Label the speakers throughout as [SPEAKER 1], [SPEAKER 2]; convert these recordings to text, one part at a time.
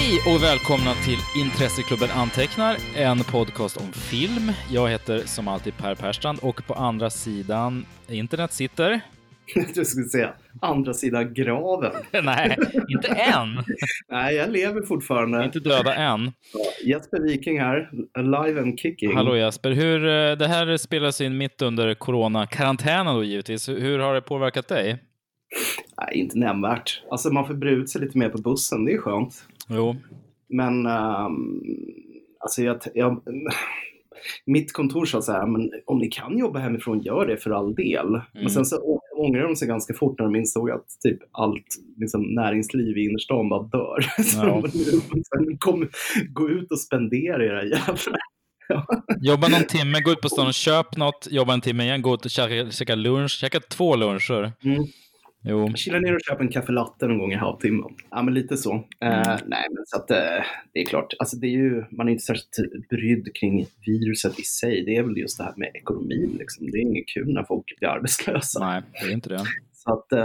[SPEAKER 1] Hej och välkomna till Intresseklubben Antecknar, en podcast om film. Jag heter som alltid Per Perstrand och på andra sidan internet sitter...
[SPEAKER 2] Du skulle säga andra sidan graven.
[SPEAKER 1] Nej, inte än.
[SPEAKER 2] Nej, jag lever fortfarande.
[SPEAKER 1] Inte döda än.
[SPEAKER 2] Jesper Viking här, alive and kicking.
[SPEAKER 1] Hallå Jesper, det här spelas in mitt under corona-karantänen då givetvis. Hur har det påverkat dig?
[SPEAKER 2] Nej, inte nämnvärt. Alltså man får brut sig lite mer på bussen, det är skönt.
[SPEAKER 1] Jo.
[SPEAKER 2] Men alltså mitt kontor sa så här, men om ni kan jobba hemifrån, gör det för all del. Men sen så ångrar de sig ganska fort när de insåg att typ allt liksom, näringsliv i innerstan bara dör. Så de kommer gå ut och spendera era jävlar.
[SPEAKER 1] Jobba någon timme, gå ut på stan och köp något, jobba en timme igen, gå ut och käka lunch, käka 2 luncher. Jo.
[SPEAKER 2] Kila ner och köpa en kaffelatte någon gång i halvtimmen. Ja, men lite så. Nej, men så att det är klart. Alltså det är ju, man är inte särskilt brydd kring viruset i sig. Det är väl just det här med ekonomin liksom. Det är inget kul när folk blir arbetslösa.
[SPEAKER 1] Nej, det är inte det.
[SPEAKER 2] Så att,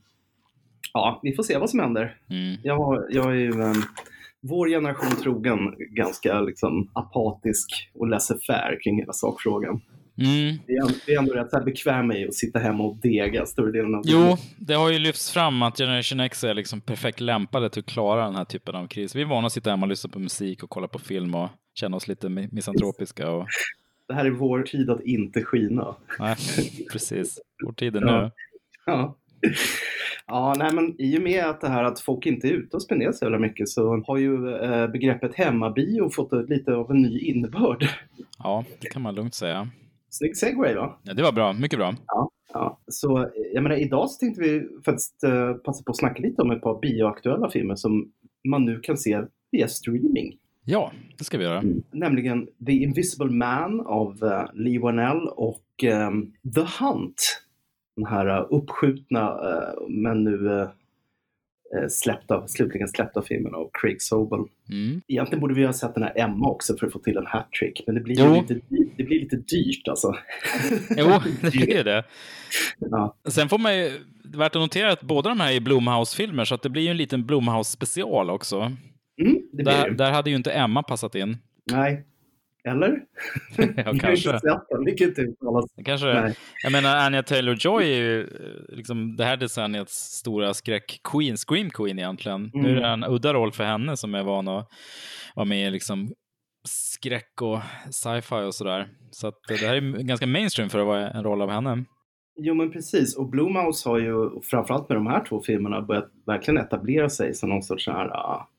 [SPEAKER 2] ja, vi får se vad som händer. Jag är ju vår generation trogen ganska liksom apatisk och laissez-faire kring hela sakfrågan. Det är ändå rätt så här bekväm i att sitta hemma och dega större delen av
[SPEAKER 1] Jo, det har ju lyfts fram att Generation X är liksom perfekt lämpade till att klara den här typen av kris. Vi är vana att sitta hemma och lyssna på musik och kolla på film och känna oss lite misantropiska. Och...
[SPEAKER 2] Det här är vår tid att inte skina.
[SPEAKER 1] Nej, precis. Vår tid är nu.
[SPEAKER 2] Ja. Ja, nej men i och med att det här att folk inte är ute och spenderar så jävla mycket så har ju begreppet hemmabio fått lite av en ny innebörd.
[SPEAKER 1] Ja, det kan man lugnt säga.
[SPEAKER 2] Snygg segway, va?
[SPEAKER 1] Ja, det var bra. Mycket bra.
[SPEAKER 2] Ja. Så jag menar, idag så tänkte vi faktiskt passa på att snacka lite om ett par bioaktuella filmer som man nu kan se via streaming.
[SPEAKER 1] Ja, det ska vi göra.
[SPEAKER 2] Nämligen The Invisible Man av Leigh Whannell och The Hunt. Den här uppskjutna men nu slutligen släppta filmen av Craig Sobel. Egentligen borde vi ha sett den här Emma också för att få till en hattrick. Men det blir lite dyrt alltså. Jo,
[SPEAKER 1] det blir det.
[SPEAKER 2] Ja.
[SPEAKER 1] Sen får man ju, värt att notera att båda de här är Blumhouse-filmer, så att det blir ju en liten Blumhouse-special också. Där hade ju inte Emma passat in.
[SPEAKER 2] Nej. Eller?
[SPEAKER 1] Ja, kanske. Kanske. Jag menar, Anya Taylor-Joy är ju liksom det här decenniets stora skräck-queen, scream-queen egentligen. Nu är det en udda roll för henne som är van att vara med i liksom skräck och sci-fi och sådär. Så att det här är ganska mainstream för att vara en roll av henne.
[SPEAKER 2] Jo, men precis. Och Blumhouse har ju framförallt med de här 2 filmerna börjat verkligen etablera sig som någon sorts så här...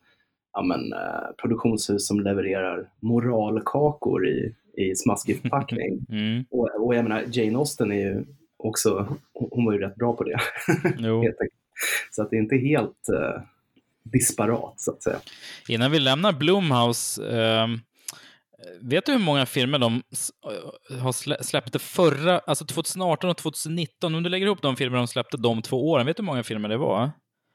[SPEAKER 2] produktionshus som levererar moralkakor i smaskig förpackning. Och jag menar, Jane Austen är ju också, hon var ju rätt bra på det. Så att det är inte helt disparat så att säga.
[SPEAKER 1] Innan vi lämnar Blumhouse, vet du hur många filmer de har släppt förra, alltså 2018 och 2019? Om du lägger ihop de filmer de släppte de 2 åren, vet du hur många filmer det var?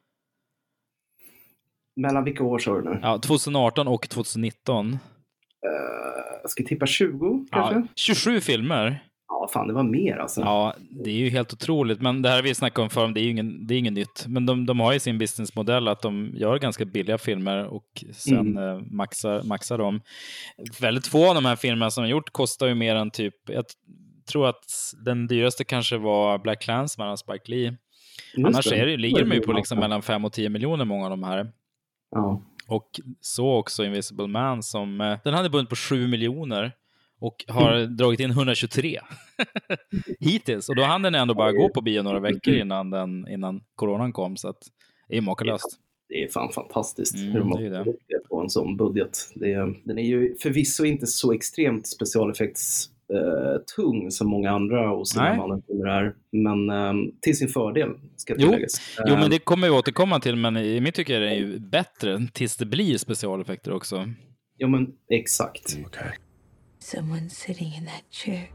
[SPEAKER 2] Mellan vilka år så nu?
[SPEAKER 1] Ja, 2018 och 2019.
[SPEAKER 2] Jag ska tippa 20 kanske?
[SPEAKER 1] Ja, 27 filmer.
[SPEAKER 2] Ja, fan det var mer alltså.
[SPEAKER 1] Ja, det är ju helt otroligt. Men det här vi snackar om förut, det är inget nytt. Men de har ju sin businessmodell att de gör ganska billiga filmer och sen maxar dem. Väldigt få av de här filmerna som har gjort kostar ju mer än typ... Jag tror att den dyraste kanske var Black Klansman av Spike Lee. Annars ligger de ju på liksom mellan 5 och 10 miljoner många av de här.
[SPEAKER 2] Ja.
[SPEAKER 1] Och så också Invisible Man som den hade bunnit på 7 miljoner och har dragit in 123 hittills. Och då hann den ändå bara gå på bio några veckor innan coronan kom, så att det är makalöst.
[SPEAKER 2] Det är fan fantastiskt hur man får det på en sån budget. Den är ju förvisso inte så extremt specialeffekts tung som många andra och sina mannen är, men till sin fördel ska tilläggas.
[SPEAKER 1] Jo, men det kommer vi återkomma till, men i mitt tycker det är ju bättre tills det blir specialeffekter också.
[SPEAKER 2] Jo, men exakt.
[SPEAKER 3] Okay. Someone sitting in that chair.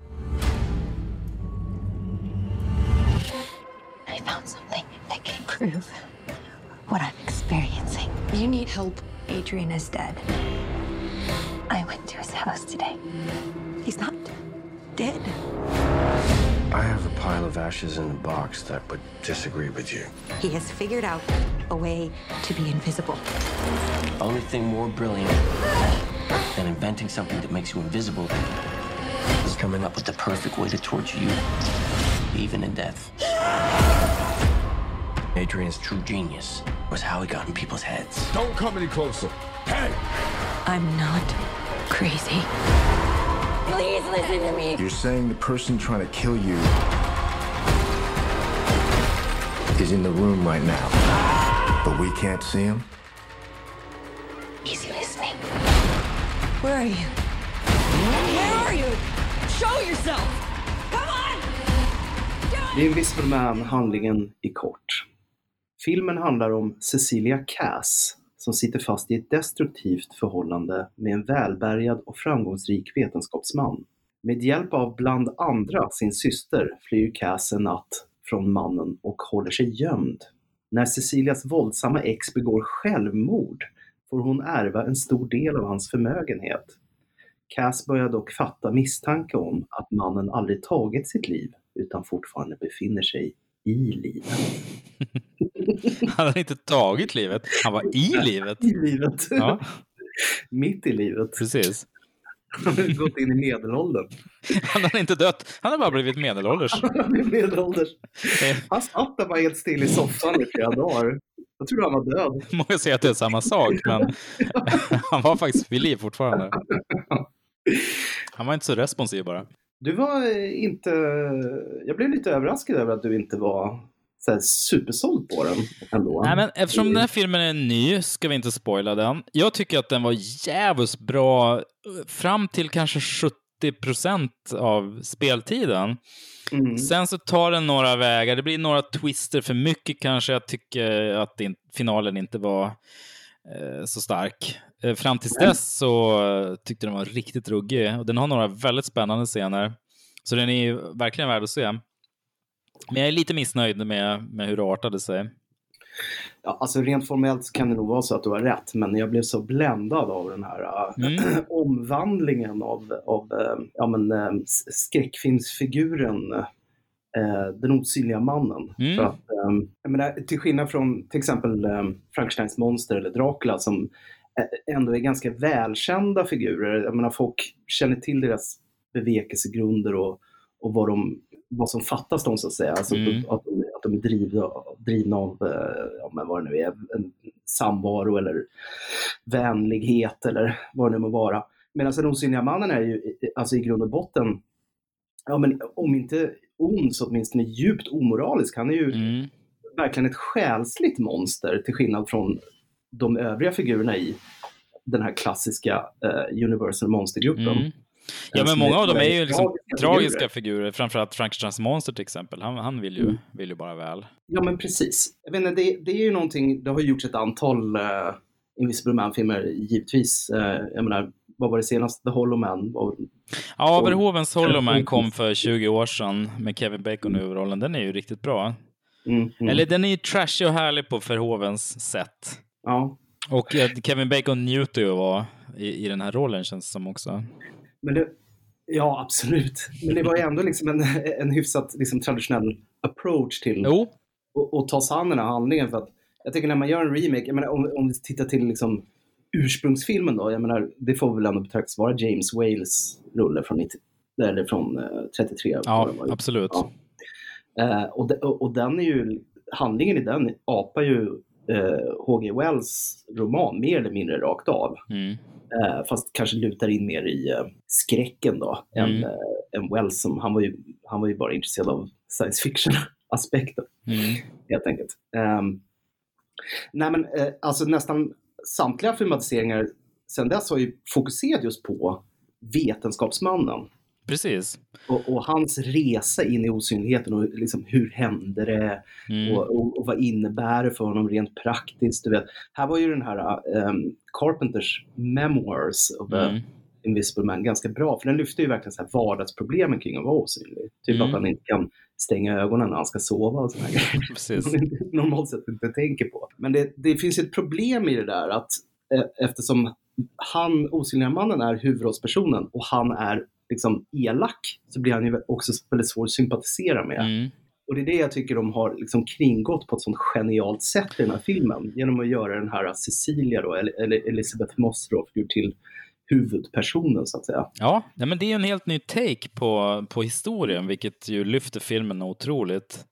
[SPEAKER 3] I found something that can prove what I'm experiencing. You need help. Adrian is dead. I went to his house today. He's not dead.
[SPEAKER 4] I have a pile of ashes in a box that would disagree with you.
[SPEAKER 3] He has figured out a way to be invisible.
[SPEAKER 4] Only thing more brilliant than inventing something that makes you invisible is coming up with the perfect way to torture you, even in death. Adrian's true genius was how he got in people's heads.
[SPEAKER 5] Don't come any closer. Hey!
[SPEAKER 3] I'm not crazy. Please listen to me.
[SPEAKER 5] You're saying the person trying to kill you is in the room right now, but we can't see him?
[SPEAKER 3] He's listening. Where are you? Where are you? Show yourself! Come on!
[SPEAKER 2] The Invisible Man, handlingen i kort. Filmen handlar om Cecilia Cass som sitter fast i ett destruktivt förhållande med en välbärgad och framgångsrik vetenskapsman. Med hjälp av bland andra sin syster flyr Cass en natt från mannen och håller sig gömd. När Cecilias våldsamma ex begår självmord får hon ärva en stor del av hans förmögenhet. Cass börjar dock fatta misstanke om att mannen aldrig tagit sitt liv utan fortfarande befinner sig i livet.
[SPEAKER 1] Han hade inte tagit livet, han var i livet.
[SPEAKER 2] I livet.
[SPEAKER 1] Ja.
[SPEAKER 2] Mitt i livet.
[SPEAKER 1] Precis.
[SPEAKER 2] Han har gått in i medelåldern.
[SPEAKER 1] Han har inte dött, han har bara blivit medelålders.
[SPEAKER 2] Medelålders. Han satt där bara helt still i soffan i flera dagar. Jag tror han var död.
[SPEAKER 1] Många säger att det är samma sak, men han var faktiskt vid liv fortfarande. Han var inte så responsiv bara.
[SPEAKER 2] Du var inte... Jag blev lite överraskad över att du inte var så här supersåld på den ändå.
[SPEAKER 1] Nej, men eftersom den här filmen är ny ska vi inte spoila den. Jag tycker att den var jävligt bra fram till kanske 70% av speltiden. Sen så tar den några vägar. Det blir några twister för mycket kanske. Jag tycker att finalen inte var så stark. Fram tills dess så tyckte den var riktigt ruggig. Och den har några väldigt spännande scener. Så den är ju verkligen värd att se. Men jag är lite missnöjd med hur det artade sig.
[SPEAKER 2] Ja, alltså rent formellt så kan det nog vara så att du har rätt. Men jag blev så bländad av den här omvandlingen av skräckfilmsfiguren. Den osynliga mannen. För att, jag menar, till skillnad från till exempel Frankensteins monster eller Dracula som ändå är ganska välkända figurer. Jag menar, folk känner till deras bevekelsegrunder och vad som fattas dem så att säga. Alltså att de är drivna av vad det nu är, en samvaro eller vänlighet eller vad det nu må vara. Medan den osynliga mannen är ju alltså i grund och botten, ja men om inte ond så åtminstone djupt omoralisk. Han är ju verkligen ett själsligt monster till skillnad från de övriga figurerna i den här klassiska Universal Monstergruppen.
[SPEAKER 1] Ja, men många av dem är ju liksom tragiska figurer. Framförallt Frankensteins monster till exempel. Han vill ju bara väl.
[SPEAKER 2] Ja, men precis. Jag vet inte, det är ju någonting, det har gjorts ett antal Invisible Man-filmer givetvis. Jag menar, vad var det senast? The Hollow Man?
[SPEAKER 1] Ja, Verhovens Hollow Man kom för 20 år sedan med Kevin Bacon i huvudrollen. Den är ju riktigt bra. Eller den är ju trashy och härlig på Verhovens sätt.
[SPEAKER 2] Ja.
[SPEAKER 1] Och Kevin Bacon njuter ju att vara i den här rollen, känns det som också.
[SPEAKER 2] Men ja, absolut. Men det var ju ändå liksom en hyfsat liksom traditionell approach till att ta sig an den här handlingen. För att jag tycker när man gör en remake, jag menar, om vi tittar till liksom ursprungsfilmen då, jag menar, det får väl ändå betraktas vara James Whales rulle från 33.
[SPEAKER 1] Ja, absolut.
[SPEAKER 2] Ja. Och den är ju, handlingen i den apar ju H.G. Wells roman mer eller mindre rakt av. Fast kanske lutar in mer i skräcken då än Wells som han var ju bara intresserad av science fiction aspekten helt enkelt. Nej men alltså nästan samtliga filmatiseringar sen dess har ju fokuserat just på vetenskapsmannen.
[SPEAKER 1] Precis.
[SPEAKER 2] Och hans resa in i osynligheten och liksom hur hände det och vad innebär det för honom rent praktiskt, du vet. Här var ju den här Carpenters Memoirs of Invisible Man ganska bra, för den lyfter ju verkligen så här vardagsproblemen kring att vara osynlig. Typ att han inte kan stänga ögonen när han ska sova och såna grejer.
[SPEAKER 1] Precis.
[SPEAKER 2] Normalt sett inte tänker på. Men det finns ett problem i det där att eftersom osynliga mannen är huvudrollspersonen och han är liksom elak, så blir han ju också väldigt svår att sympatisera med. Och det är det jag tycker de har liksom kringgått på ett sånt genialt sätt i den här filmen, genom att göra den här Cecilia då, eller Elisabeth Moss då, till huvudpersonen så att säga.
[SPEAKER 1] Ja, men det är ju en helt ny take på historien, vilket ju lyfter filmen otroligt.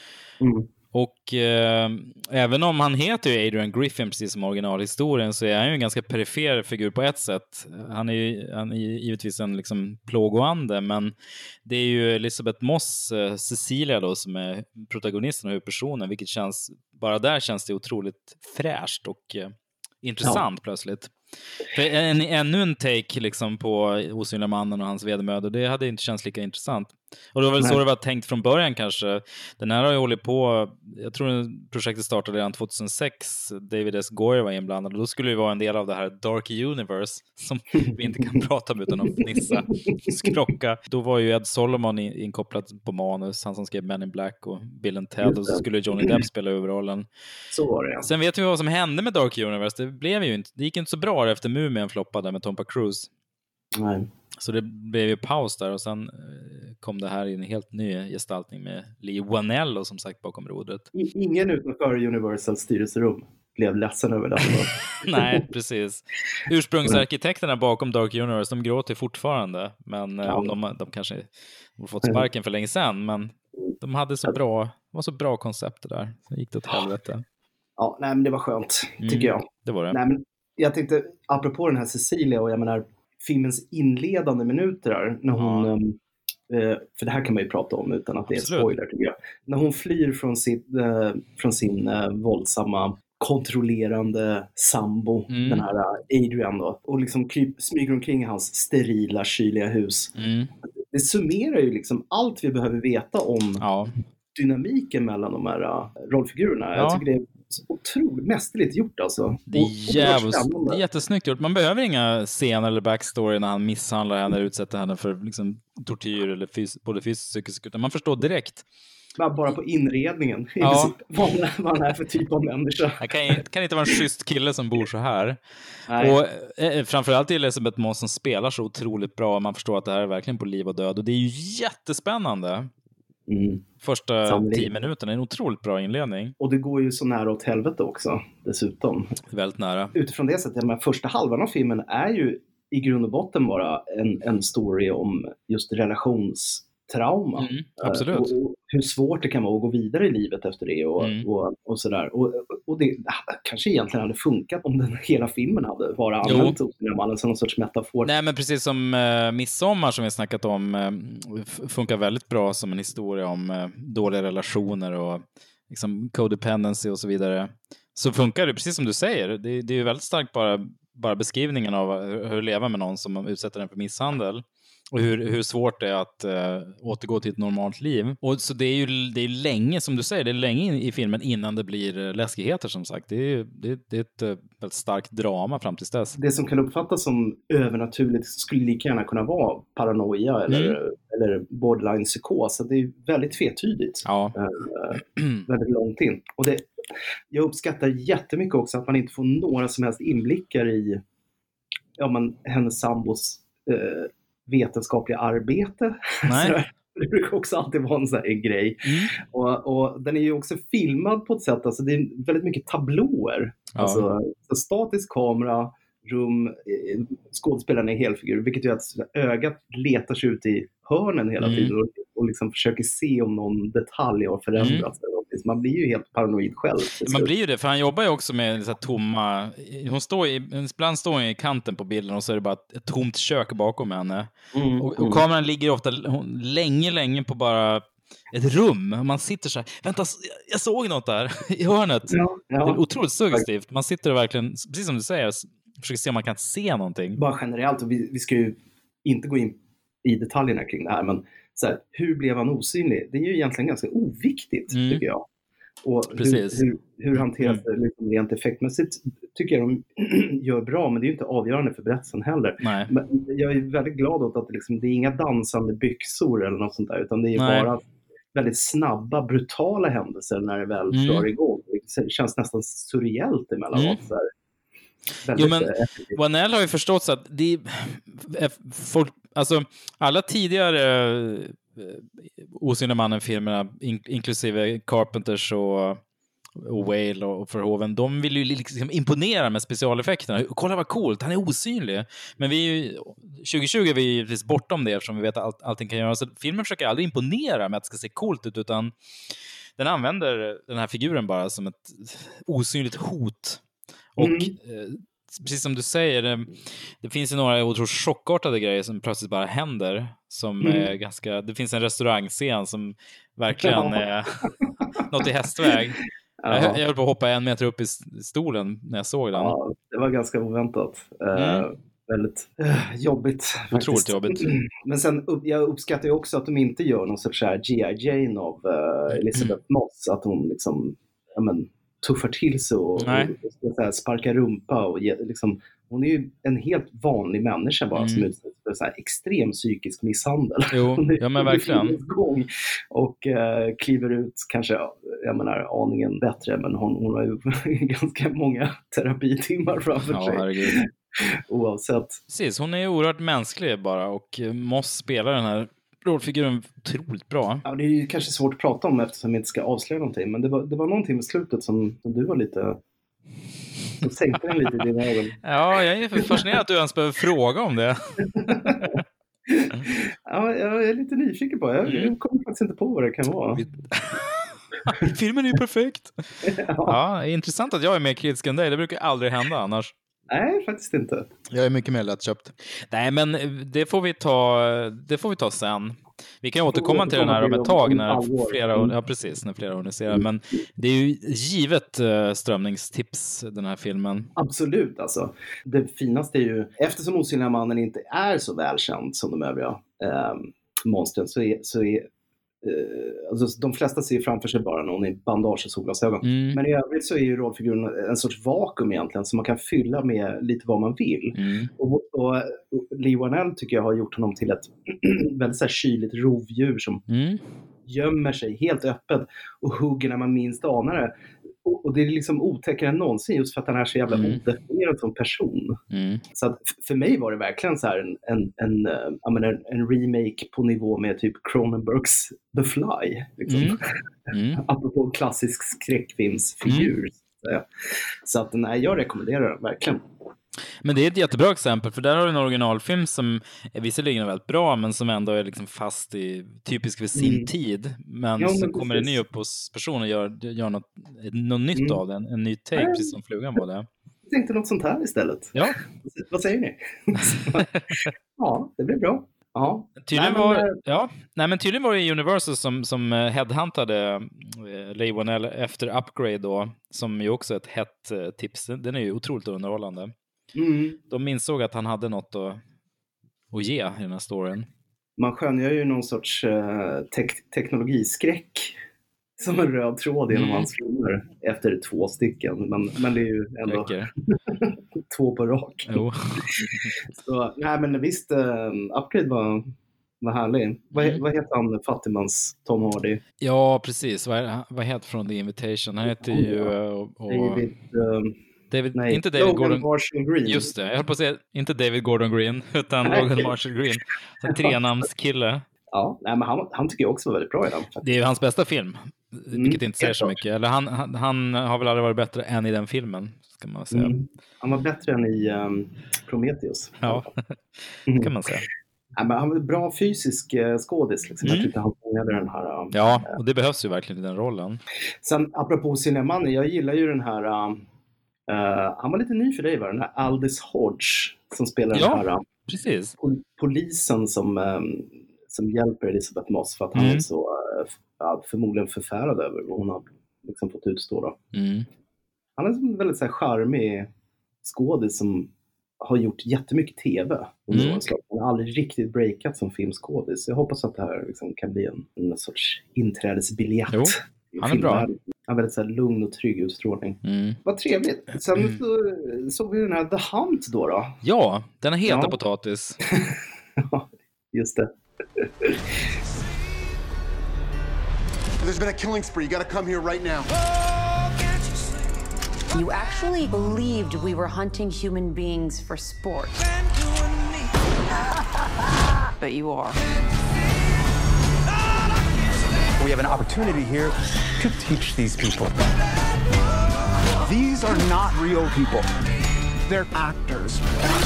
[SPEAKER 1] Och även om han heter ju Adrian Griffin precis som originalhistorien, så är han ju en ganska perifer figur på ett sätt. Han är givetvis en liksom plågoande, men det är ju Elisabeth Moss, Cecilia då, som är protagonisten och huvudpersonen, vilket känns, bara där känns det otroligt fräscht och intressant plötsligt. För ännu en take liksom på Osynliga mannen och hans vedermödor, det hade inte känts lika intressant. Och det var väl så det var tänkt från början kanske. Den här har ju hållit på, jag tror projektet startade redan 2006. David S. Goyer var inblandad och då skulle det vara en del av det här Dark Universe som vi inte kan prata om utan att fnissa, skrocka. Då var ju Ed Solomon inkopplad på manus, han som skrev Men in Black och Bill and Ted, och så skulle Johnny Depp spela huvudrollen.
[SPEAKER 2] Så var det, ja.
[SPEAKER 1] Sen vet vi vad som hände med Dark Universe. Det gick inte så bra efter Mumien floppade med Tom Cruise.
[SPEAKER 2] Nej.
[SPEAKER 1] Så det blev ju paus där och sen kom det här i en helt ny gestaltning med Lee Wanell och som sagt bakom rodret.
[SPEAKER 2] Ingen utanför Universals styrelserum blev ledsen över det.
[SPEAKER 1] Nej, precis. Ursprungsarkitekterna bakom Dark Universe, de gråter fortfarande, men de kanske har fått sparken för länge sedan, men de hade var så bra koncept där. Så gick det åt helvete.
[SPEAKER 2] Ja, nej men det var skönt, tycker jag.
[SPEAKER 1] Det var det.
[SPEAKER 2] Nej, men jag tänkte, apropå den här Cecilia, och jag menar filmens inledande minuter där, när hon, för det här kan man ju prata om utan att det är spoiler tycker jag. När hon flyr från sin våldsamma, kontrollerande sambo, den här Adrian då, och liksom smyger omkring hans sterila, kyliga hus. Det summerar ju liksom allt vi behöver veta om dynamiken mellan de här rollfigurerna. Jag tycker det är så otroligt mästerligt gjort alltså.
[SPEAKER 1] Det är jättesnyggt gjort. Man behöver inga scener eller backstory när han misshandlar henne eller utsätter henne för liksom tortyr eller både fysiskt och psykiskt, utan man förstår direkt.
[SPEAKER 2] Bara på inredningen i princip, vad han är för typ av människa.
[SPEAKER 1] Det kan inte vara en schysst kille som bor så här. Nej. Och framförallt är Elisabeth Moss som spelar så otroligt bra. Man förstår att det här är verkligen på liv och död. Och det är ju jättespännande. Första 10 minuterna är en otroligt bra inledning.
[SPEAKER 2] Och det går ju så nära åt helvete också, dessutom.
[SPEAKER 1] Väldigt nära.
[SPEAKER 2] Utifrån det sättet, men första halvan av filmen är ju i grund och botten bara en story om just relationstrauma.
[SPEAKER 1] Absolut.
[SPEAKER 2] Och hur svårt det kan vara att gå vidare i livet efter det och sådär. Och det kanske egentligen hade funkat om den hela filmen hade bara använt Osynliga som någon sorts metafor.
[SPEAKER 1] Nej, men precis som Midsommar som vi snackat om funkar väldigt bra som en historia om dåliga relationer och liksom codependency och så vidare. Så funkar det precis som du säger. Det är ju väldigt starkt bara beskrivningen av hur leva med någon som utsätter den för misshandel. Och hur svårt det är att återgå till ett normalt liv. Och så det är länge, som du säger, det är länge i filmen innan det blir läskigheter som sagt. Det är ett väldigt starkt drama fram till dess. Det som kan uppfattas som övernaturligt skulle lika gärna kunna vara paranoia eller borderline psykos. Det är väldigt tvetydigt. Ja. Väldigt långt in. Och jag uppskattar jättemycket också att man inte får några som helst inblickar i hennes sambos vetenskapliga arbete. Det brukar också alltid vara en sån här grej. Och den är ju också filmad på ett sätt, alltså det är väldigt mycket tablåer. Alltså statisk kamera, rum, skådespelarna är helfigur, vilket gör att ögat letar sig ut i hörnen hela tiden och liksom försöker se om någon detalj har förändrats. Man blir ju helt paranoid själv. Man blir ju det, för han jobbar ju också med så här tomma... Ibland står hon i kanten på bilden och så är det bara ett tomt kök bakom henne. Och kameran ligger ofta länge på bara ett rum. Man sitter så här, vänta, jag såg något där i hörnet. Ja. Det är otroligt suggestivt. Man sitter verkligen, precis som du säger, försöker se om man kan se någonting.
[SPEAKER 2] Bara generellt, och vi ska ju inte gå in i detaljerna kring det här, men så här, hur blev han osynlig? Det är ju egentligen ganska oviktigt, tycker jag. Och hur hanteras det liksom rent effektmässigt tycker jag de gör bra, men det är ju inte avgörande för berättelsen heller. Men jag är väldigt glad åt att det är inga dansande byxor eller något sånt där, utan det är bara väldigt snabba, brutala händelser när det väl drar igång. Det känns nästan surreellt emellanåt. väldigt
[SPEAKER 1] men
[SPEAKER 2] effektivt.
[SPEAKER 1] Wanell har ju förstått så att det är folk, alltså alla tidigare Osynliga mannen-filmerna, inklusive Carpenters och Whale och Verhoeven, de vill ju liksom imponera med specialeffekterna. Kolla vad coolt, han är osynlig. Men vi är ju, 2020 är vi ju bortom det eftersom vi vet att allting kan göra. Så filmen försöker aldrig imponera med att det ska se coolt ut, utan den använder den här figuren bara som ett osynligt hot. Och precis som du säger, det finns ju några otroligt chockartade grejer som plötsligt bara händer. Som är ganska, det finns en restaurangscen som verkligen är något i hästväg. Jag höll på att hoppa 1 meter upp i stolen när jag såg den.
[SPEAKER 2] Ja, det var ganska oväntat. Väldigt jobbigt.
[SPEAKER 1] Otroligt jobbigt.
[SPEAKER 2] Men sen, jag uppskattar ju också att de inte gör någon sorts här G.I. Jane av Elisabeth Moss. Att hon liksom, tuffar till sig och så här, sparkar rumpa. Och liksom, hon är ju en helt vanlig människa bara som utsätts för så här extrem psykisk misshandel.
[SPEAKER 1] Jo, ja men verkligen.
[SPEAKER 2] Och kliver ut kanske, jag menar, aningen bättre, men hon har ju ganska många terapitimmar framför sig.
[SPEAKER 1] Herregud.
[SPEAKER 2] Oavsett.
[SPEAKER 1] Precis, hon är oerhört mänsklig bara, och Moss spelar den här rollfiguren otroligt bra.
[SPEAKER 2] Ja, det är ju kanske svårt att prata om eftersom vi inte ska avslöja någonting, men det var någonting med slutet som du var lite... Så sänkte den lite i dina ögon.
[SPEAKER 1] Ja, jag är fascinerad att du ens behöver fråga om det.
[SPEAKER 2] Ja, jag är lite nyfiken på. Jag kommer faktiskt inte på vad det kan vara.
[SPEAKER 1] Filmen är ju perfekt. Ja, det är intressant att jag är mer kritisk än dig. Det brukar aldrig hända annars.
[SPEAKER 2] Nej, faktiskt inte.
[SPEAKER 1] Jag är mycket mer lättköpt. Nej, men det får vi ta sen. Vi kan återkomma till den här om ett tag när flera organiserar. Men det är ju givet strömningstips, den här filmen.
[SPEAKER 2] Absolut, alltså. Det finaste är ju, eftersom Osynliga mannen inte är så välkänd som de övriga monstren, så är alltså, de flesta ser framför sig bara någon i bandage och solglasögon. Men i övrigt så är ju rollfiguren en sorts vakuum egentligen som man kan fylla med lite vad man vill. Och Leigh Whannell tycker jag har gjort honom till ett väldigt så här kyligt rovdjur som gömmer sig helt öppet och hugger när man minst anar det. Och det är liksom otäckare än någonsin just för att han är så jävla odefinierad som person. Så att för mig var det verkligen så här en remake på nivå med typ Cronenbergs The Fly. Liksom. Apropå en klassisk skräckfilmsfigur. Så att nej, jag rekommenderar den verkligen.
[SPEAKER 1] Men det är ett jättebra exempel, för där har du en originalfilm som är visserligen väldigt bra, men som ändå är liksom fast i typisk för sin tid. Men så kommer det ny upp hos personen och gör något nytt av den. En ny take, precis som Flugan var där.
[SPEAKER 2] Jag tänkte något sånt här istället.
[SPEAKER 1] Ja.
[SPEAKER 2] Vad säger ni? Ja, det blir bra. Ja.
[SPEAKER 1] Tydligen var det Universal som headhuntade Leigh Whannell efter Upgrade då, som ju också är ett hett tips. Den är ju otroligt underhållande. De insåg att han hade något att ge i den här storyn.
[SPEAKER 2] Man skönjer ju någon sorts teknologiskräck som en röd tråd genom hans filmer efter 2 stycken. Men det är ju ändå 2 på rak.
[SPEAKER 1] Jo.
[SPEAKER 2] Så, nej, men visst, Upgrade var härlig. Vad heter han, fattigmans Tom Hardy?
[SPEAKER 1] Ja, precis. Vad heter från The Invitation? Han heter ju... inte David Gordon
[SPEAKER 2] Marshall Green.
[SPEAKER 1] Just det, jag höll på att säga inte David Gordon Green utan Logan Marshall Green. En 3-namnskille.
[SPEAKER 2] Ja, nej, men han tycker jag också var väldigt bra i den.
[SPEAKER 1] Det är ju hans bästa film, vilket inte säger så mycket. Eller han har väl aldrig varit bättre än i den filmen, ska man säga.
[SPEAKER 2] Han var bättre än i Prometheus.
[SPEAKER 1] Ja, kan man säga.
[SPEAKER 2] Ja, men han var en bra fysisk skådis. Liksom. Jag tyckte han fångade den här...
[SPEAKER 1] Ja, och det behövs ju verkligen i den rollen.
[SPEAKER 2] Sen, apropå Cinemannen, jag gillar ju den här... han var lite ny för dig, va? Den här Aldous Hodge som spelar den här
[SPEAKER 1] precis.
[SPEAKER 2] Polisen som hjälper Elisabeth Moss för att han är så förmodligen förfärad över vad hon har liksom fått utstå då. Han är en väldigt så här charmig skådis som har gjort jättemycket tv. Han har aldrig riktigt breakat som filmskådis. Jag hoppas att det här liksom kan bli en sorts inträdesbiljett.
[SPEAKER 1] Jo, han är bra.
[SPEAKER 2] Han har väldigt så här lugn och trygg utstrålning. Vad trevligt. Sen såg vi den här The Hunt då.
[SPEAKER 1] Ja, den är heta potatis.
[SPEAKER 2] Ja, just det.
[SPEAKER 6] There's been a killing spree. You gotta come here right now. You actually believed we were hunting human beings for sport. But you are.
[SPEAKER 7] We have an opportunity here to teach these people. These are not real people. They're actors.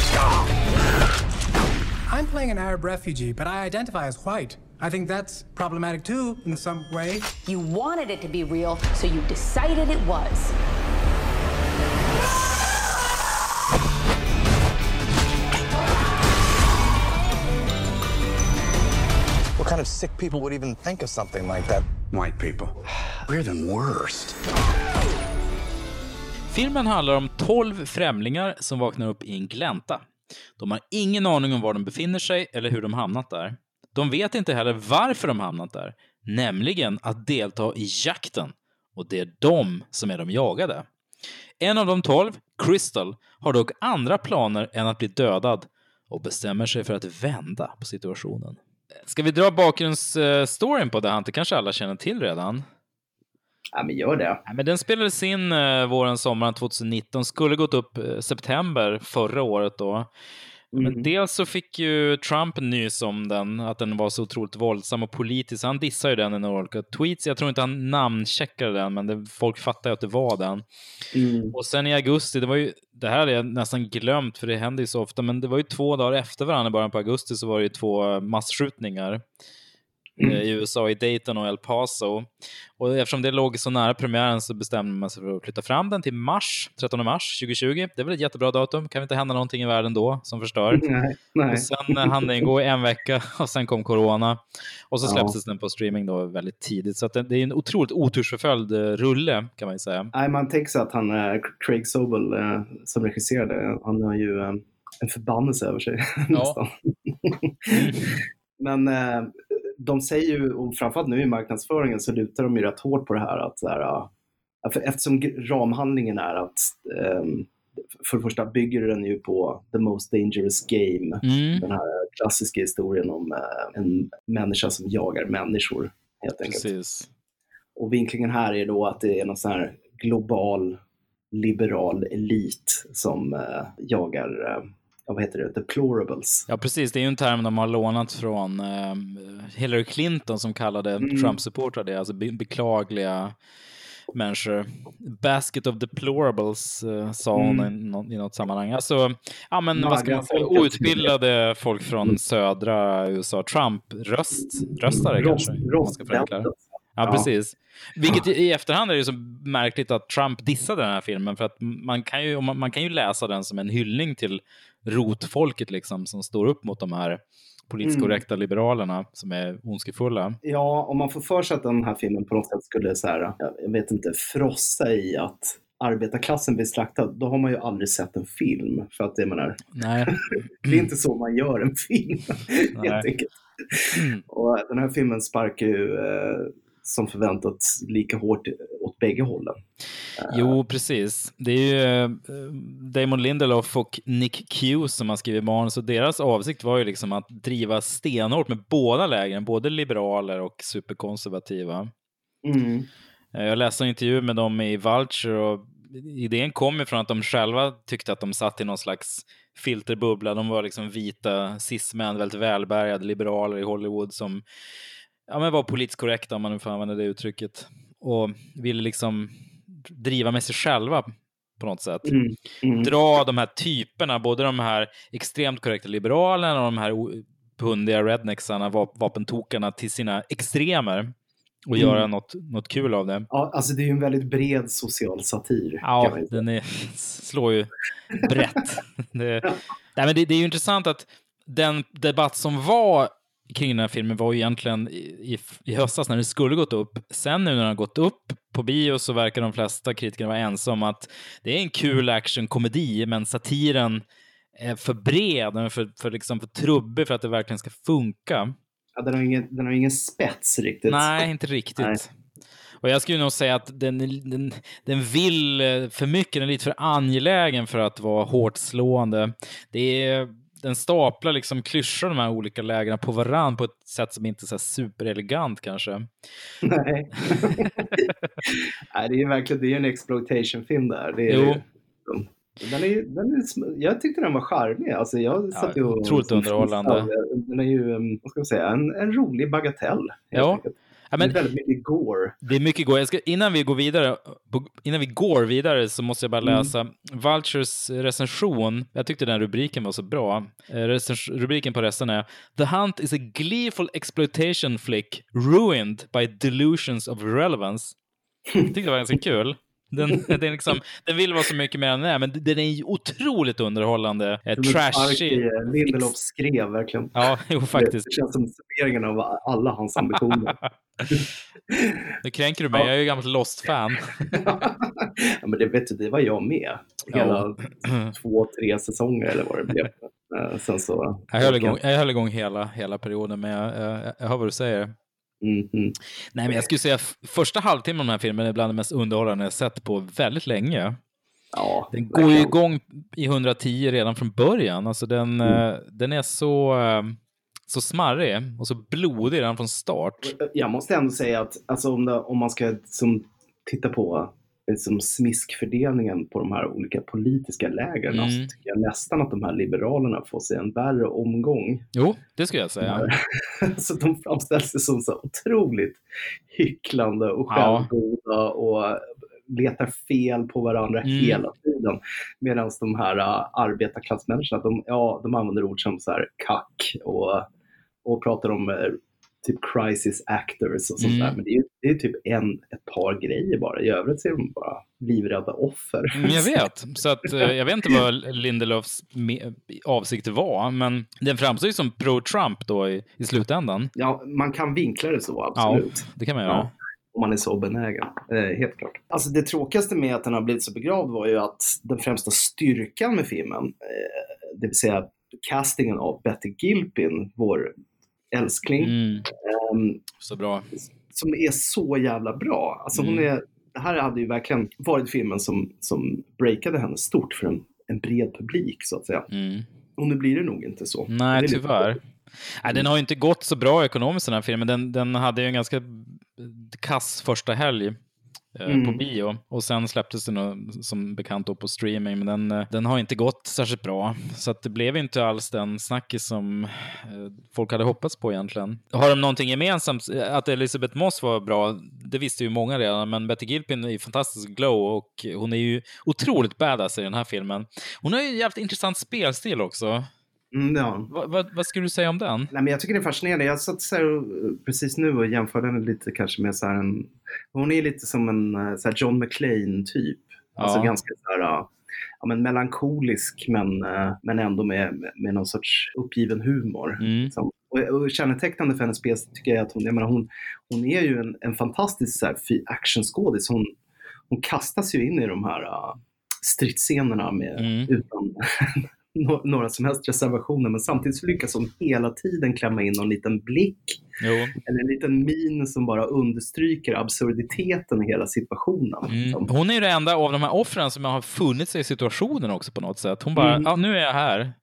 [SPEAKER 8] I'm playing an Arab refugee, but I identify as white. I think that's problematic too, in some way.
[SPEAKER 6] You wanted it to be real, so you decided it was.
[SPEAKER 7] What kind of sick people would even think of something like that? White people. We're the worst.
[SPEAKER 1] Filmen handlar om 12 främlingar som vaknar upp i en glänta. De har ingen aning om var de befinner sig eller hur de hamnat där. De vet inte heller varför de hamnat där, nämligen att delta i jakten. Och det är de som är de jagade. En av de 12, Crystal, har dock andra planer än att bli dödad och bestämmer sig för att vända på situationen. Ska vi dra bakgrundsstoryn på det här? Det kanske alla känner till redan.
[SPEAKER 2] Ja, men gör det.
[SPEAKER 1] Ja, men den spelades in våren, sommaren 2019. Skulle gått upp september förra året då. Men dels så fick ju Trump nys om den, att den var så otroligt våldsam och politisk. Han dissade ju den i några olika tweets. Jag tror inte han namncheckade den, men folk fattade ju att det var den. Och sen i augusti, det här är jag nästan glömt för det händer ju så ofta, men det var ju 2 dagar efter varandra, bara på augusti, så var det ju 2 massskjutningar i USA, i Dayton och El Paso. Och eftersom det låg så nära premiären så bestämde man sig för att flytta fram den till 13 mars 2020. Det är väl ett jättebra datum. Kan inte hända någonting i världen då som förstör.
[SPEAKER 2] Nej.
[SPEAKER 1] Och sen hann den gå i en vecka och sen kom corona. Och så släpptes den på streaming då väldigt tidigt. Så att det är en otroligt otursförföljd rulle, kan man ju säga.
[SPEAKER 2] Nej, man tänker sig att Craig Sobel som regisserade, han har ju en förbannelse över sig. Nästan. Men de säger ju, och framförallt nu i marknadsföringen så lutar de ju rätt hårt på det här att eftersom ramhandlingen är att för det första bygger den ju på The Most Dangerous Game, den här klassiska historien om en människa som jagar människor helt enkelt.
[SPEAKER 1] Precis.
[SPEAKER 2] Och vinklingen här är då att det är någon sån här global liberal elit som jagar vad heter det? Deplorables.
[SPEAKER 1] Ja, precis. Det är ju en term de har lånat från Hillary Clinton som kallade Trump-supportrar det. Alltså beklagliga människor. Basket of deplorables sa hon i något sammanhang. Alltså, ja men vad ska man säga? Outbildade folk från södra USA. Trump-röstare kanske. Man ska förenkla. Ja, precis. Vilket i efterhand är det så märkligt att Trump dissade den här filmen, för att man kan ju läsa den som en hyllning till rotfolket liksom, som står upp mot de här politiskt korrekta liberalerna som är ondskefulla.
[SPEAKER 2] Ja, om man får för sig att den här filmen på något sätt skulle så här, jag vet inte, frossa i att arbetarklassen blir slaktad, då har man ju aldrig sett en film, för att det menar,
[SPEAKER 1] nej.
[SPEAKER 2] Det är inte så man gör en film helt enkelt. Och den här filmen sparkar ju som förväntat lika hårt åt bägge hållen.
[SPEAKER 1] Jo, precis. Det är ju Damon Lindelof och Nick Q som har skrivit manus, och deras avsikt var ju liksom att driva stenhårt med båda lägren, både liberaler och superkonservativa. Jag läste en intervju med dem i Vulture, och idén kom ifrån att de själva tyckte att de satt i någon slags filterbubbla. De var liksom vita cis-män, väldigt välbärgade liberaler i Hollywood som men var politiskt korrekta, om man nu får använda det uttrycket, och ville liksom driva med sig själva på något sätt. Dra de här typerna, både de här extremt korrekta liberalerna och de här pundiga rednexarna, vapentokarna, till sina extremer och göra något kul av det.
[SPEAKER 2] Ja, alltså det är ju en väldigt bred social satir.
[SPEAKER 1] Ja, den slår ju brett. Nej, men det är ju intressant att den debatt som var kring den här filmen var ju egentligen i höstas när det skulle gått upp. Sen nu när den har gått upp på bio så verkar de flesta kritikerna vara ensamma om att det är en kul actionkomedi, men satiren är för bred, den är för trubbig för att det verkligen ska funka.
[SPEAKER 2] Ja, den har ingen spets riktigt.
[SPEAKER 1] Nej, inte riktigt. Nej. Och jag skulle nog säga att den vill för mycket, den är lite för angelägen för att vara hårt slående. Det är den staplar liksom klyschor de här olika lägena på varann på ett sätt som inte är så superelegant kanske.
[SPEAKER 2] Nej. Nej, det är ju verkligen, det är en exploitation-film där. Det är
[SPEAKER 1] jo.
[SPEAKER 2] Jag tyckte den var charmig. Alltså jag satt ju
[SPEAKER 1] otroligt underhållande.
[SPEAKER 2] Den är ju, vad ska man säga, en rolig bagatell.
[SPEAKER 1] Ja.
[SPEAKER 2] Men, det är väldigt mycket gore.
[SPEAKER 1] Det är mycket gore. Innan vi går vidare så måste jag bara läsa Vultures recension. Jag tyckte den rubriken var så bra. Rubriken på resten är The Hunt is a gleeful exploitation flick ruined by delusions of relevance. Jag tyckte det var ganska kul. Den vill vara så mycket mer än den är, men den är ju otroligt underhållande. Trashy.
[SPEAKER 2] Lindelof skrev verkligen.
[SPEAKER 1] Ja, jo, faktiskt.
[SPEAKER 2] Det känns som summeringen av alla hans ambitioner.
[SPEAKER 1] Nu kränker du mig, jag är ju gammalt Lost-fan.
[SPEAKER 2] Ja, men det vet du, det var jag med. Hela 2-3 säsonger eller vad det blev. Sen så...
[SPEAKER 1] Jag höll igång hela perioden, men jag hör vad du säger. Nej, men jag skulle säga första halvtimmen av den här filmen är bland det mest underhållande jag sett på väldigt länge.
[SPEAKER 2] Ja,
[SPEAKER 1] den går ju igång i 110 redan från början. Alltså den är så smarrig och så blodig redan från start.
[SPEAKER 2] Jag måste ändå säga att alltså, om man ska titta på smiskfördelningen på de här olika politiska lägren, så tycker jag nästan att de här liberalerna får sig en värre omgång.
[SPEAKER 1] Jo, det skulle jag säga.
[SPEAKER 2] Så de framställs som så otroligt hycklande och självgoda och letar fel på varandra hela tiden. Medan de här arbetarklassmänniskorna, de använder ord som så här kack och pratar om typ crisis actors och sånt där. Men det är typ ett par grejer bara. I övrigt ser de bara livrädda offer.
[SPEAKER 1] Jag vet. Så att jag vet inte vad Lindelofs avsikt var, men den framstår ju som pro-Trump då i slutändan.
[SPEAKER 2] Ja, man kan vinkla det så, absolut.
[SPEAKER 1] Ja, det kan man göra. Ja.
[SPEAKER 2] Om man är så benägen, helt klart. Alltså det tråkigaste med att den har blivit så begravd var ju att den främsta styrkan med filmen, det vill säga castingen av Betty Gilpin, vår älskling.
[SPEAKER 1] Så bra.
[SPEAKER 2] Som är så jävla bra. Alltså det här hade ju verkligen varit filmen som breakade henne stort för en bred publik, så att säga. Och nu blir det nog inte så.
[SPEAKER 1] Nej, tyvärr. Nej, den har ju inte gått så bra ekonomiskt, den här filmen. Den hade ju en ganska kass första helg på bio. Och sen släpptes den som bekant då på streaming. Men den har inte gått särskilt bra. Så att det blev inte alls den snackis som folk hade hoppats på egentligen. Har de någonting gemensamt? Att Elisabeth Moss var bra, det visste ju många redan. Men Betty Gilpin är ju fantastisk glow. Och hon är ju otroligt badass i den här filmen. Hon har ju en jävligt intressant spelstil också.
[SPEAKER 2] Ja.
[SPEAKER 1] Vad skulle du säga om den?
[SPEAKER 2] Nej, men jag tycker det är fascinerande. Jag satt så här precis nu och jämförde henne lite kanske med så här hon är lite som en så här John McClane typ. Alltså ganska så här men melankolisk men ändå med någon sorts uppgiven humor. Och kännetecknande för hennes spelstil tycker jag att hon är ju en fantastisk så här actionskådis. Hon kastas ju in i de här stridsscenerna utan några som helst reservationer, men samtidigt så lyckas hon hela tiden klämma in någon liten blick eller en liten min som bara understryker absurditeten i hela situationen.
[SPEAKER 1] Hon är ju det enda av de här offren som har funnit sig i situationen också på något sätt. Hon bara, nu är jag här.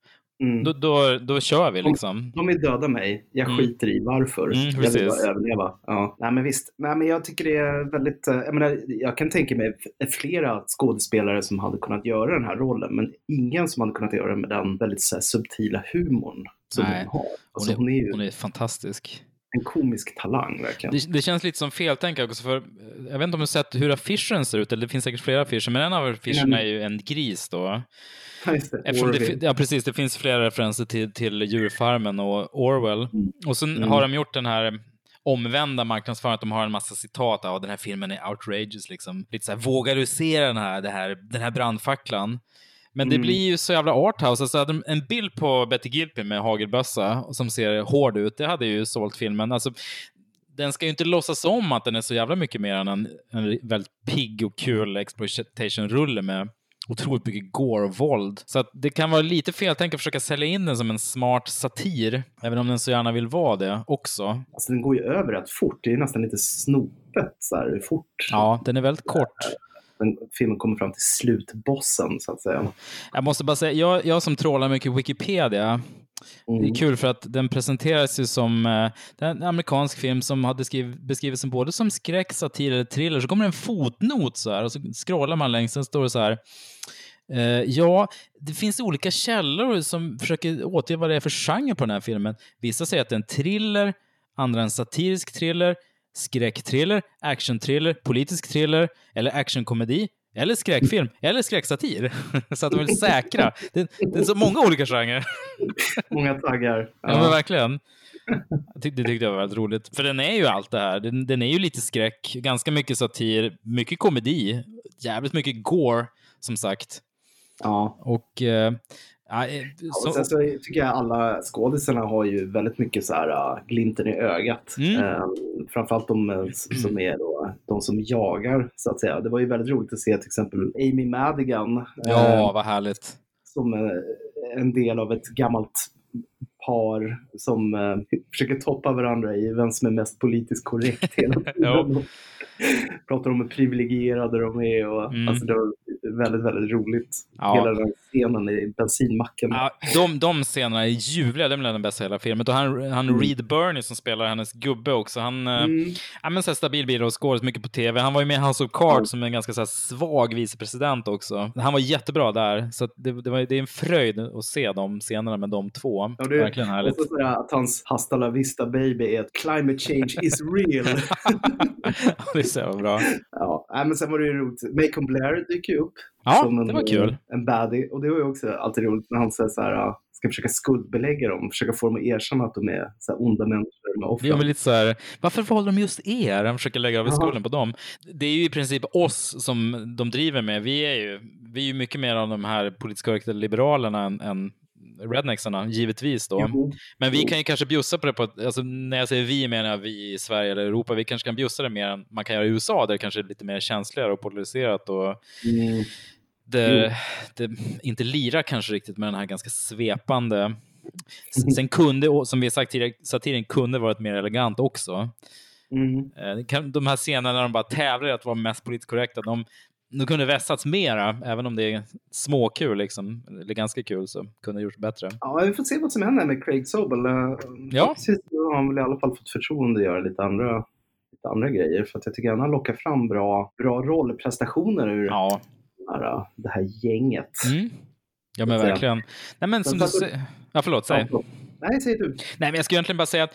[SPEAKER 1] Då kör vi liksom.
[SPEAKER 2] De är döda mig. Jag skiter i varför. Jag vill bara överleva. Ja. Nej, men visst. Nej, men jag tycker det är väldigt... jag kan tänka mig flera skådespelare som hade kunnat göra den här rollen, men ingen som hade kunnat göra med den väldigt så här, subtila humorn som hon har. Alltså, hon är
[SPEAKER 1] fantastisk.
[SPEAKER 2] En komisk talang, verkligen.
[SPEAKER 1] Det känns lite som feltänk också, för jag vet inte om du har sett hur affischen ser ut, eller det finns säkert flera affischer, men en av affischerna är ju en gris då. Precis, det finns flera referenser till djurfarmen och Orwell. Och sen har de gjort den här omvända marknadsföringen, att de har en massa citat av den här filmen är outrageous liksom. Lite så här, vågar du se den här brandfacklan? Men det blir ju så jävla arthouse. Alltså en bild på Betty Gilpin med hagelbössa som ser hård ut, det hade ju sålt filmen. Alltså, den ska ju inte låtsas om att den är så jävla mycket mer än en väldigt pigg och kul exploitation-rulle med otroligt mycket gore och våld. Så att det kan vara lite fel tänka att försöka sälja in den som en smart satir, även om den så gärna vill vara det också.
[SPEAKER 2] Alltså den går ju över rätt fort. Det är nästan lite snopet så här fort.
[SPEAKER 1] Ja, den är väldigt kort.
[SPEAKER 2] filmen kommer fram till slutbossen, så att säga.
[SPEAKER 1] Jag måste bara säga, jag som trålar mycket Wikipedia, det är kul för att den presenteras ju som en amerikansk film som hade beskrivits som både som skräck, satir eller thriller. Så kommer en fotnot så här och så scrollar man längst, sen står det så här: ja, det finns olika källor som försöker återge vad det är för genre på den här filmen. Vissa säger att det är en thriller, andra en satirisk thriller, skräckthriller, actionthriller, politisk thriller eller actionkomedi eller skräckfilm eller skräcksatir. Så att de är säkra. Det är så många olika genrer.
[SPEAKER 2] Många taggar.
[SPEAKER 1] Ja, men verkligen. Det tyckte jag var väldigt roligt. För den är ju allt det här. Den är ju lite skräck, ganska mycket satir, mycket komedi, jävligt mycket gore, som sagt.
[SPEAKER 2] Ja.
[SPEAKER 1] Och
[SPEAKER 2] och sen så tycker jag alla skådisarna har ju väldigt mycket så här glimten i ögat. Framförallt de som är då, de som jagar, så att säga. Det var ju väldigt roligt att se till exempel Amy Madigan.
[SPEAKER 1] Ja, vad härligt.
[SPEAKER 2] Som en del av ett gammalt par som försöker toppa varandra i vem som är mest politiskt korrekt hela tiden. Pratar om hur privilegierade de är och alltså det var väldigt, väldigt roligt. Hela den scenen i bensinmacken.
[SPEAKER 1] Ja, de scenerna är ljuvliga, det är den bästa i hela filmen. Och han Reed Birney som spelar hennes gubbe också, han men så här stabil bidragsskådis mycket på tv. Han var ju med i House of Cards som en ganska så här svag vicepresident också. Han var jättebra där, så att det är en fröjd att se de scenerna med de två.
[SPEAKER 2] Ja, det är verkligen härligt. Och så säga att hans Hasta la vista baby är att climate change is real.
[SPEAKER 1] Det är så bra.
[SPEAKER 2] Ja, men sen var det ju roligt. Macon Blair dyker upp.
[SPEAKER 1] Ja,
[SPEAKER 2] som
[SPEAKER 1] det var kul.
[SPEAKER 2] En baddie. Och det var ju också alltid roligt när han säger så här, ska försöka skuldbelägga dem. Försöka få dem att erkänna att de är så här onda människor med offren.
[SPEAKER 1] Det är lite så här, varför valde de just er? Han försöker lägga över skulden på dem. Det är ju i princip oss som de driver med. Vi är ju mycket mer av de här politiskt korrekta liberalerna än rednexarna, givetvis då. Men vi kan ju kanske bjussa på det alltså när jag säger vi menar jag vi i Sverige eller Europa, vi kanske kan bjussa det mer än man kan göra i USA, där det kanske är lite mer känsligare och polariserat och det inte lirar kanske riktigt med den här ganska svepande. Sen kunde, som vi har sagt tidigare, satiren kunde varit mer elegant också. De här scenerna när de bara tävlar att vara mest politiskt korrekta, de kunde vässats mera, även om det är småkul liksom, eller ganska kul, så kunde det gjorts bättre.
[SPEAKER 2] Ja, vi får se vad som händer med Craig Sobel.
[SPEAKER 1] Ja.
[SPEAKER 2] Då har han väl i alla fall fått förtroende att göra lite andra grejer, för att jag tycker att han lockar fram bra rollprestationer ur det här gänget.
[SPEAKER 1] Ja, men verkligen. Nej, men som du säger... Ja, förlåt, säg.
[SPEAKER 2] Nej, säger du.
[SPEAKER 1] Nej, men jag ska egentligen bara säga att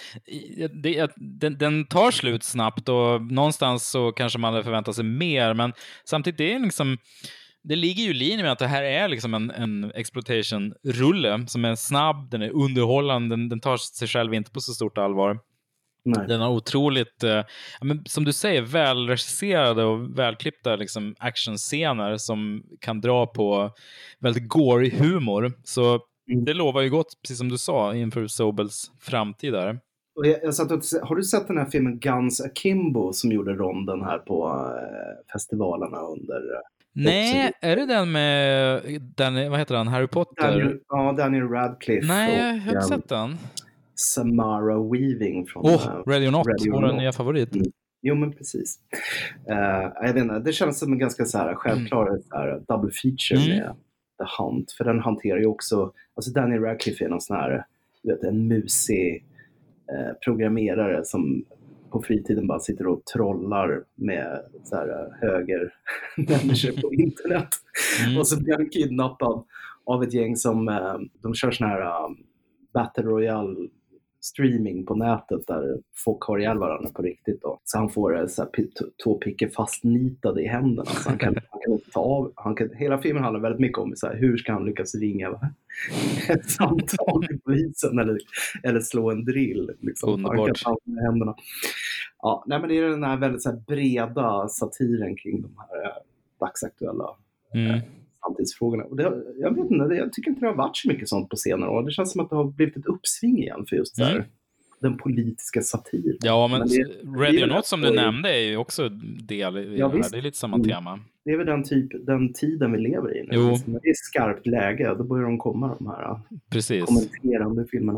[SPEAKER 1] den tar slut snabbt och någonstans så kanske man hade förväntat sig mer, men samtidigt det är liksom, det ligger ju i linje med att det här är liksom en exploitation-rulle som är snabb, den är underhållande, den tar sig själv inte på så stort allvar. Nej. Den har otroligt, men som du säger, välregisserade och välklippta liksom actionscener som kan dra på väldigt gory humor. Så det lovar ju gott, precis som du sa, inför Sobels framtid där.
[SPEAKER 2] Och har du sett den här filmen Guns Akimbo som gjorde ronden här på festivalerna under...
[SPEAKER 1] Nej, är det den med vad heter han? Harry Potter?
[SPEAKER 2] Daniel Radcliffe.
[SPEAKER 1] Nej, jag har inte sett den.
[SPEAKER 2] Samara Weaving från
[SPEAKER 1] Radio Not, vår nya favorit.
[SPEAKER 2] Jo, men precis. Jag vet inte, det känns som en ganska så här självklar så här double feature med The Hunt, för den hanterar ju också, alltså Daniel Radcliffe är någon sån här, en musig programmerare som på fritiden bara sitter och trollar med så här höger människor på internet. Och så blir han kidnappad av ett gäng som de kör sån här Battle Royale streaming på nätet där folk har ihjäl varandra på riktigt då. Så han får så här, två pickor fastnitade i händerna, så han kan inte ta av. Hela filmen handlar väldigt mycket om så här, hur ska han lyckas ringa ett samtal till polisen eller slå en drill liksom. Han kan ta med händerna. Ja, nej, men det är den här väldigt så här breda satiren kring de här dagsaktuella samtidsfrågorna. Och jag vet inte, jag tycker inte det har varit så mycket sånt på senare år. Det känns som att det har blivit ett uppsving igen för just så här, den politiska satiren.
[SPEAKER 1] Ja, men Radio Not som du nämnde är ju också del i det här. Det är lite samma tema.
[SPEAKER 2] Det är väl den tiden vi lever i nu. När det är skarpt läge, då börjar de komma, de här kommenterande filmerna.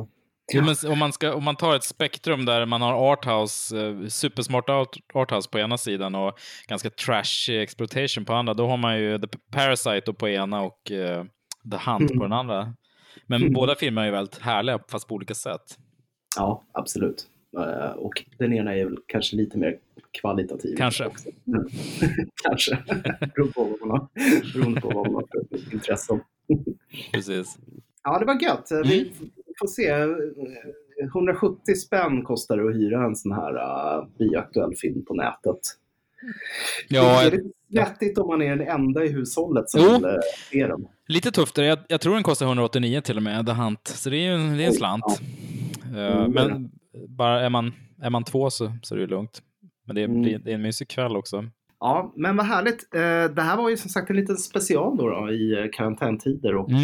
[SPEAKER 1] Jo, men om man tar ett spektrum där man har arthouse, supersmart arthouse på ena sidan och ganska trashy exploitation på andra, då har man ju The Parasite på ena och The Hunt på den andra. Men båda filmer är ju väldigt härliga, fast på olika sätt.
[SPEAKER 2] Ja, absolut. Och den ena är väl kanske lite mer kvalitativ.
[SPEAKER 1] Kanske.
[SPEAKER 2] Kanske. Beroende på vad man har för intresse.
[SPEAKER 1] Precis.
[SPEAKER 2] Ja, det var gött. Vi får se. 170 spänn kostar det att hyra en sån här bioaktuell film på nätet.
[SPEAKER 1] Ja,
[SPEAKER 2] det är lite svettigt om man är den enda i hushållet som vill se den.
[SPEAKER 1] Lite tufft. Jag tror den kostar 189 till och med, The Hunt. Så det är ju en slant. Ja. Men bara är man två så är det lugnt. Men det är en mysig kväll också.
[SPEAKER 2] Ja, men vad härligt. Det här var ju som sagt en liten special då i karantäntider och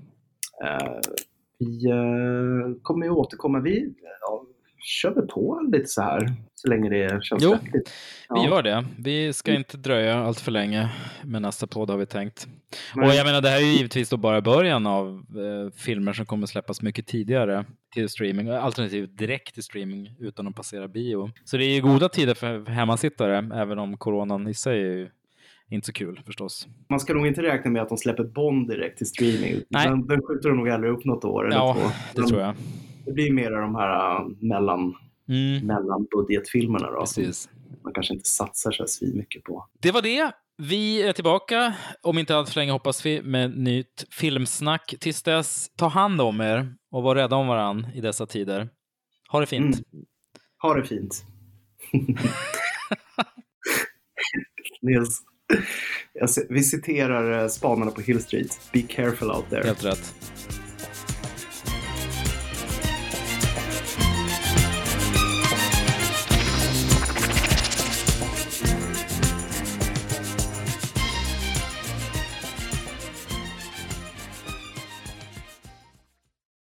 [SPEAKER 2] vi kommer ju återkomma. Vi kör på lite så här så länge det känns vettigt.
[SPEAKER 1] Vi gör det. Vi ska inte dröja allt för länge med nästa podd, har vi tänkt. Och jag menar, det här är ju givetvis då bara början av filmer som kommer släppas mycket tidigare till streaming, alternativt direkt till streaming utan att passera bio. Så det är ju goda tider för hemmasittare, även om coronan i sig är ju inte så kul förstås. Man ska nog inte räkna med att de släpper Bond direkt till streaming. Nej. Den skjuter de nog aldrig upp något år eller två. Det tror jag. Det blir mer av de här mellan budgetfilmerna då. Precis. Man kanske inte satsar så svin mycket på. Det var det. Vi är tillbaka, om inte allt för länge hoppas vi, med nytt filmsnack. Tills dess, ta hand om er och var rädda om varann i dessa tider. Ha det fint. Ha det fint. Nils, vi citerar Spanarna på Hill Street. Be careful out there. Helt rätt.